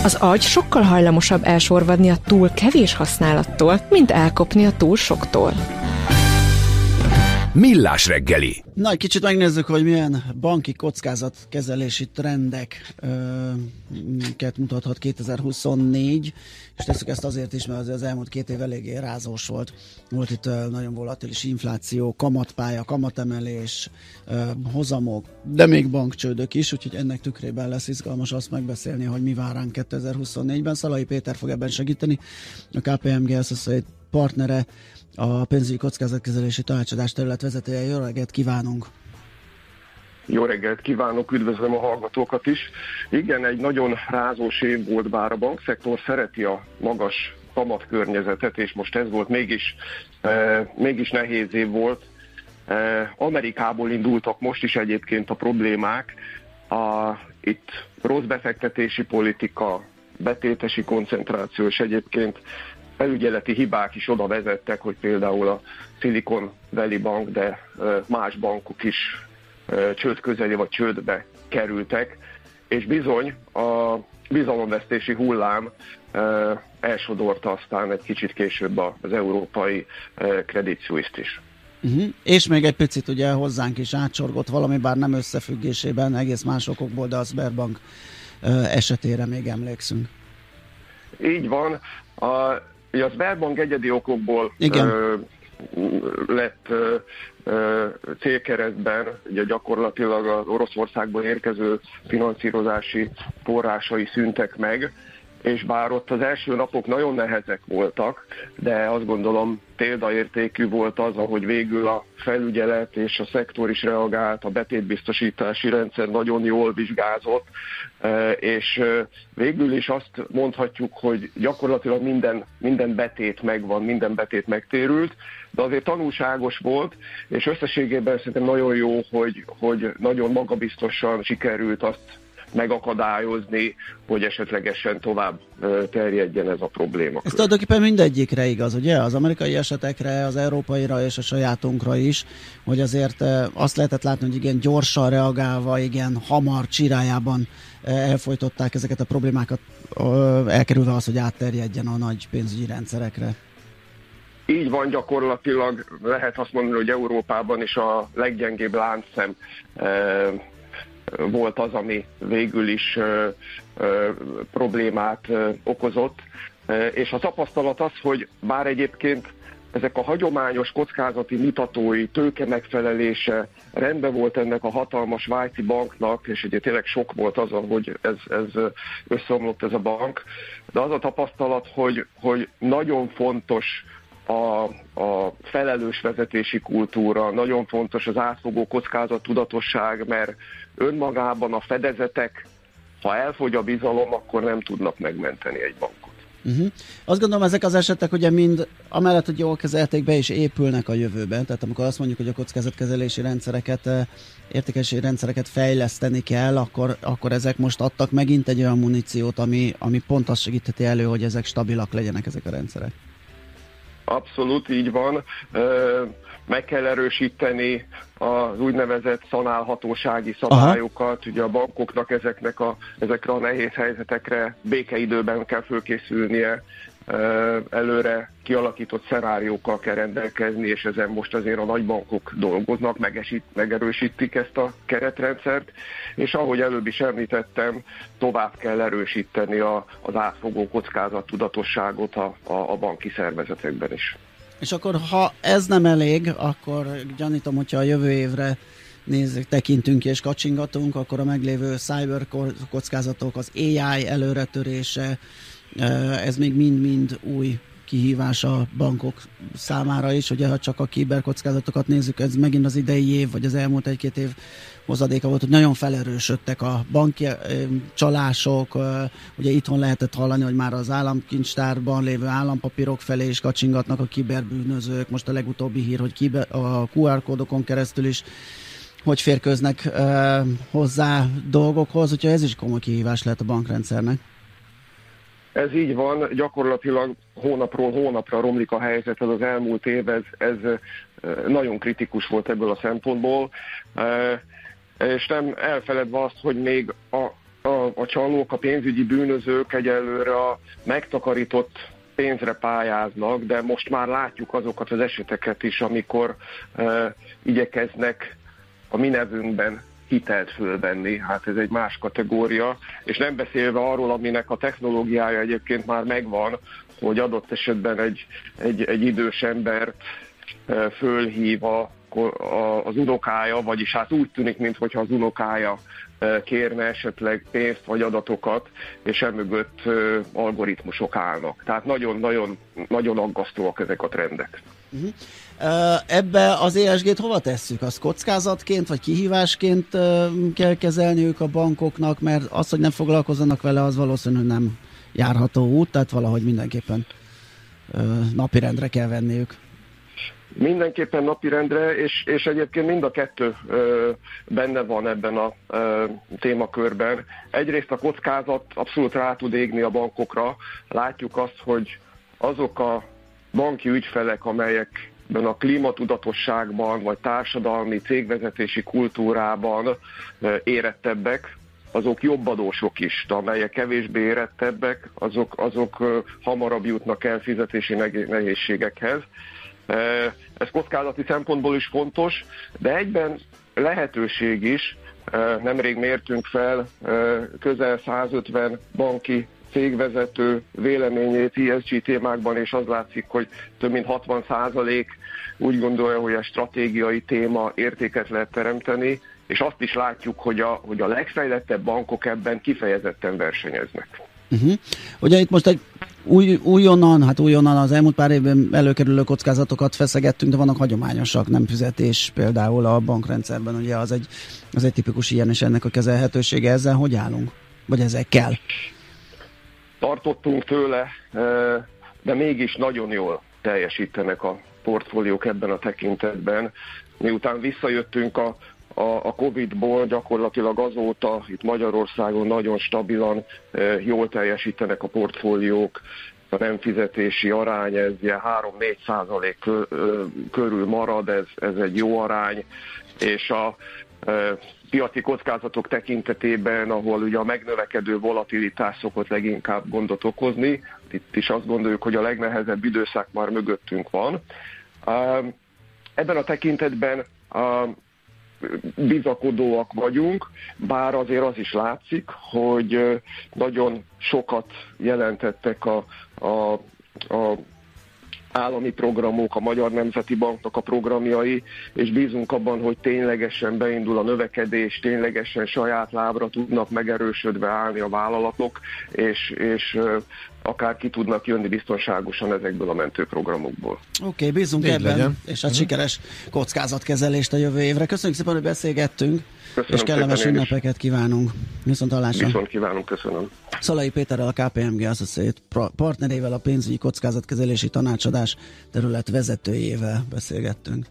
Az agy sokkal hajlamosabb elsorvadni a túl kevés használattól, mint elkopni a túl soktól. Millás reggeli. Na, egy kicsit megnézzük, hogy milyen banki kockázatkezelési trendeket mutathat 2024, és tesszük ezt azért is, mert az elmúlt 2 év eléggé rázós volt. Volt itt nagyon volatilis infláció, kamatpálya, kamatemelés, hozamok, de még bankcsődök is, úgyhogy ennek tükrében lesz izgalmas azt megbeszélni, hogy mi vár ránk 2024-ben. Szalai Péter fog ebben segíteni, a KPMG Associate partnere, a pénzügyi kockázatkezelési tanácsadás terület vezetője. Jó reggelt kívánunk! Jó reggelt kívánok, üdvözlöm a hallgatókat is. Igen, egy nagyon rázós év volt, bár a bankszektor szereti a magas kamatkörnyezetet, és most ez volt mégis nehéz év volt. Amerikából indultak most is egyébként a problémák. Itt rossz befektetési politika, betétesi koncentráció, és egyébként felügyeleti hibák is oda vezettek, hogy például a Silicon Valley Bank, de más bankok is csőd közeli vagy csődbe kerültek, és bizony a bizalomvesztési hullám elsodorta aztán egy kicsit később az európai Credit Suisse-t is. És még egy picit ugye hozzánk is átsorgott valami, bár nem összefüggésében, egész más okokból, de a Sberbank esetére még emlékszünk. Így van. A Sberbank egyedi okokból lett célkeresztben, ugye gyakorlatilag az Oroszországból érkező finanszírozási forrásai szűntek meg, és bár ott az első napok nagyon nehezek voltak, de azt gondolom példaértékű volt az, ahogy végül a felügyelet és a szektor is reagált, a betétbiztosítási rendszer nagyon jól vizsgázott, és végül is azt mondhatjuk, hogy gyakorlatilag minden betét megvan, minden betét megtérült, de azért tanulságos volt, és összességében szerintem nagyon jó, hogy nagyon magabiztosan sikerült azt megakadályozni, hogy esetlegesen tovább terjedjen ez a probléma. Ez tulajdonképpen mindegyikre igaz, ugye? Az amerikai esetekre, az európaira és a sajátunkra is, hogy azért azt lehetett látni, hogy igen, gyorsan reagálva, igen, hamar, csirájában elfojtották ezeket a problémákat, elkerülve az, hogy átterjedjen a nagy pénzügyi rendszerekre. Így van, gyakorlatilag lehet azt mondani, hogy Európában is a leggyengébb láncszem volt az, ami végül is problémát okozott. És a tapasztalat az, hogy bár egyébként ezek a hagyományos kockázati mutatói, tőke megfelelése rendben volt ennek a hatalmas svájci banknak, és ugye tényleg sok volt azon, hogy ez összeomlott ez a bank, de az a tapasztalat, hogy nagyon fontos a felelős vezetési kultúra, nagyon fontos az átfogó kockázattudatosság, mert önmagában a fedezetek, ha elfogy a bizalom, akkor nem tudnak megmenteni egy bankot. Azt gondolom, ezek az esetek ugye mind, amellett, hogy jól kezelték, be is épülnek a jövőben. Tehát amikor azt mondjuk, hogy a kockázatkezelési rendszereket, értékelési rendszereket fejleszteni kell, akkor ezek most adtak megint egy olyan muníciót, ami pont azt segítheti elő, hogy ezek stabilak legyenek ezek a rendszerek. Abszolút így van. Meg kell erősíteni az úgynevezett szanálhatósági szabályokat. Ugye a bankoknak ezekre a nehéz helyzetekre békeidőben kell fölkészülnie, előre kialakított szenáriókkal kell rendelkezni, és ezen most azért a nagybankok dolgoznak, megerősítik ezt a keretrendszert, és ahogy előbb is említettem, tovább kell erősíteni az átfogó kockázattudatosságot a banki szervezetekben is. És akkor, ha ez nem elég, akkor gyanítom, hogyha a jövő évre tekintünk és kacsingatunk, akkor a meglévő cyber kockázatok, az AI előretörése, ez még mind-mind új kihívás a bankok számára is. Ugye, ha csak a kiberkockázatokat nézzük, ez megint az idei év, vagy az elmúlt 1-2 év hozadéka volt, hogy nagyon felerősödtek a banki csalások. Ugye itthon lehetett hallani, hogy már az államkincstárban lévő állampapírok felé is kacsingatnak a kiberbűnözők. Most a legutóbbi hír, hogy a QR kódokon keresztül is hogy férkőznek hozzá dolgokhoz, úgyhogy ez is komoly kihívás lehet a bankrendszernek. Ez így van, gyakorlatilag hónapról hónapra romlik a helyzet, az elmúlt év, ez nagyon kritikus volt ebből a szempontból, és nem elfeledve azt, hogy még az a csalók, a pénzügyi bűnözők egyelőre a megtakarított pénzre pályáznak, de most már látjuk azokat az eseteket is, amikor igyekeznek a mi nevünkben hitelt fölvenni, hát ez egy más kategória, és nem beszélve arról, aminek a technológiája egyébként már megvan, hogy adott esetben egy idős embert fölhív az unokája, vagyis hát úgy tűnik, mintha az unokája kérne esetleg pénzt vagy adatokat, és emögött algoritmusok állnak. Tehát nagyon aggasztóak ezek a trendek. Uh-huh. Ebbe az ESG-t hova tesszük? Az kockázatként vagy kihívásként kell kezelniük a bankoknak, mert az, hogy nem foglalkozzanak vele, az valószínűleg nem járható út, tehát valahogy mindenképpen napirendre kell venniük. Mindenképpen napirendre, és egyébként mind a kettő benne van ebben a témakörben. Egyrészt a kockázat abszolút rá tud égni a bankokra. Látjuk azt, hogy azok a banki ügyfelek, amelyekben a klímatudatosságban vagy társadalmi cégvezetési kultúrában érettebbek, azok jobb adósok is, de amelyek kevésbé érettebbek, azok hamarabb jutnak el fizetési nehézségekhez. Ez kockázati szempontból is fontos, de egyben lehetőség is. Nemrég mértünk fel közel 150 banki cégvezető véleményét ESG témákban, és az látszik, hogy több mint 60% úgy gondolja, hogy a stratégiai téma értéket lehet teremteni, és azt is látjuk, hogy a legfejlettebb bankok ebben kifejezetten versenyeznek. Uh-huh. Ugye itt most egy újonnan az elmúlt pár évben előkerülő kockázatokat feszegettünk, de vannak hagyományosak, nem fizetés például a bankrendszerben, ugye az egy tipikus ilyen, és ennek a kezelhetősége. Ezzel hogy állunk? Vagy ezekkel? Tartottunk tőle, de mégis nagyon jól teljesítenek a portfóliók ebben a tekintetben. Miután visszajöttünk a Covid-ból, gyakorlatilag azóta itt Magyarországon nagyon stabilan jól teljesítenek a portfóliók, a nem fizetési arány, ez 3-4% körül marad, ez egy jó arány, és a piaci kockázatok tekintetében, ahol ugye a megnövekedő volatilitás szokott leginkább gondot okozni, itt is azt gondoljuk, hogy a legnehezebb időszak már mögöttünk van. Ebben a tekintetben bizakodóak vagyunk, bár azért az is látszik, hogy nagyon sokat jelentettek a állami programok, a Magyar Nemzeti Banknak a programjai, és bízunk abban, hogy ténylegesen beindul a növekedés, ténylegesen saját lábra tudnak megerősödve állni a vállalatok, és akár ki tudnak jönni biztonságosan ezekből a mentőprogramokból. Oké, bízunk így ebben, legyen. és hát sikeres kockázatkezelést a jövő évre. Köszönjük szépen, hogy beszélgettünk, Köszönöm, és kellemes ünnepeket kívánunk. Viszonthallásra. Viszont kívánunk, köszönöm. Szalai Péterrel, a KPMG Associate partnerével, a pénzügyi kockázatkezelési tanácsadás terület vezetőjével beszélgettünk.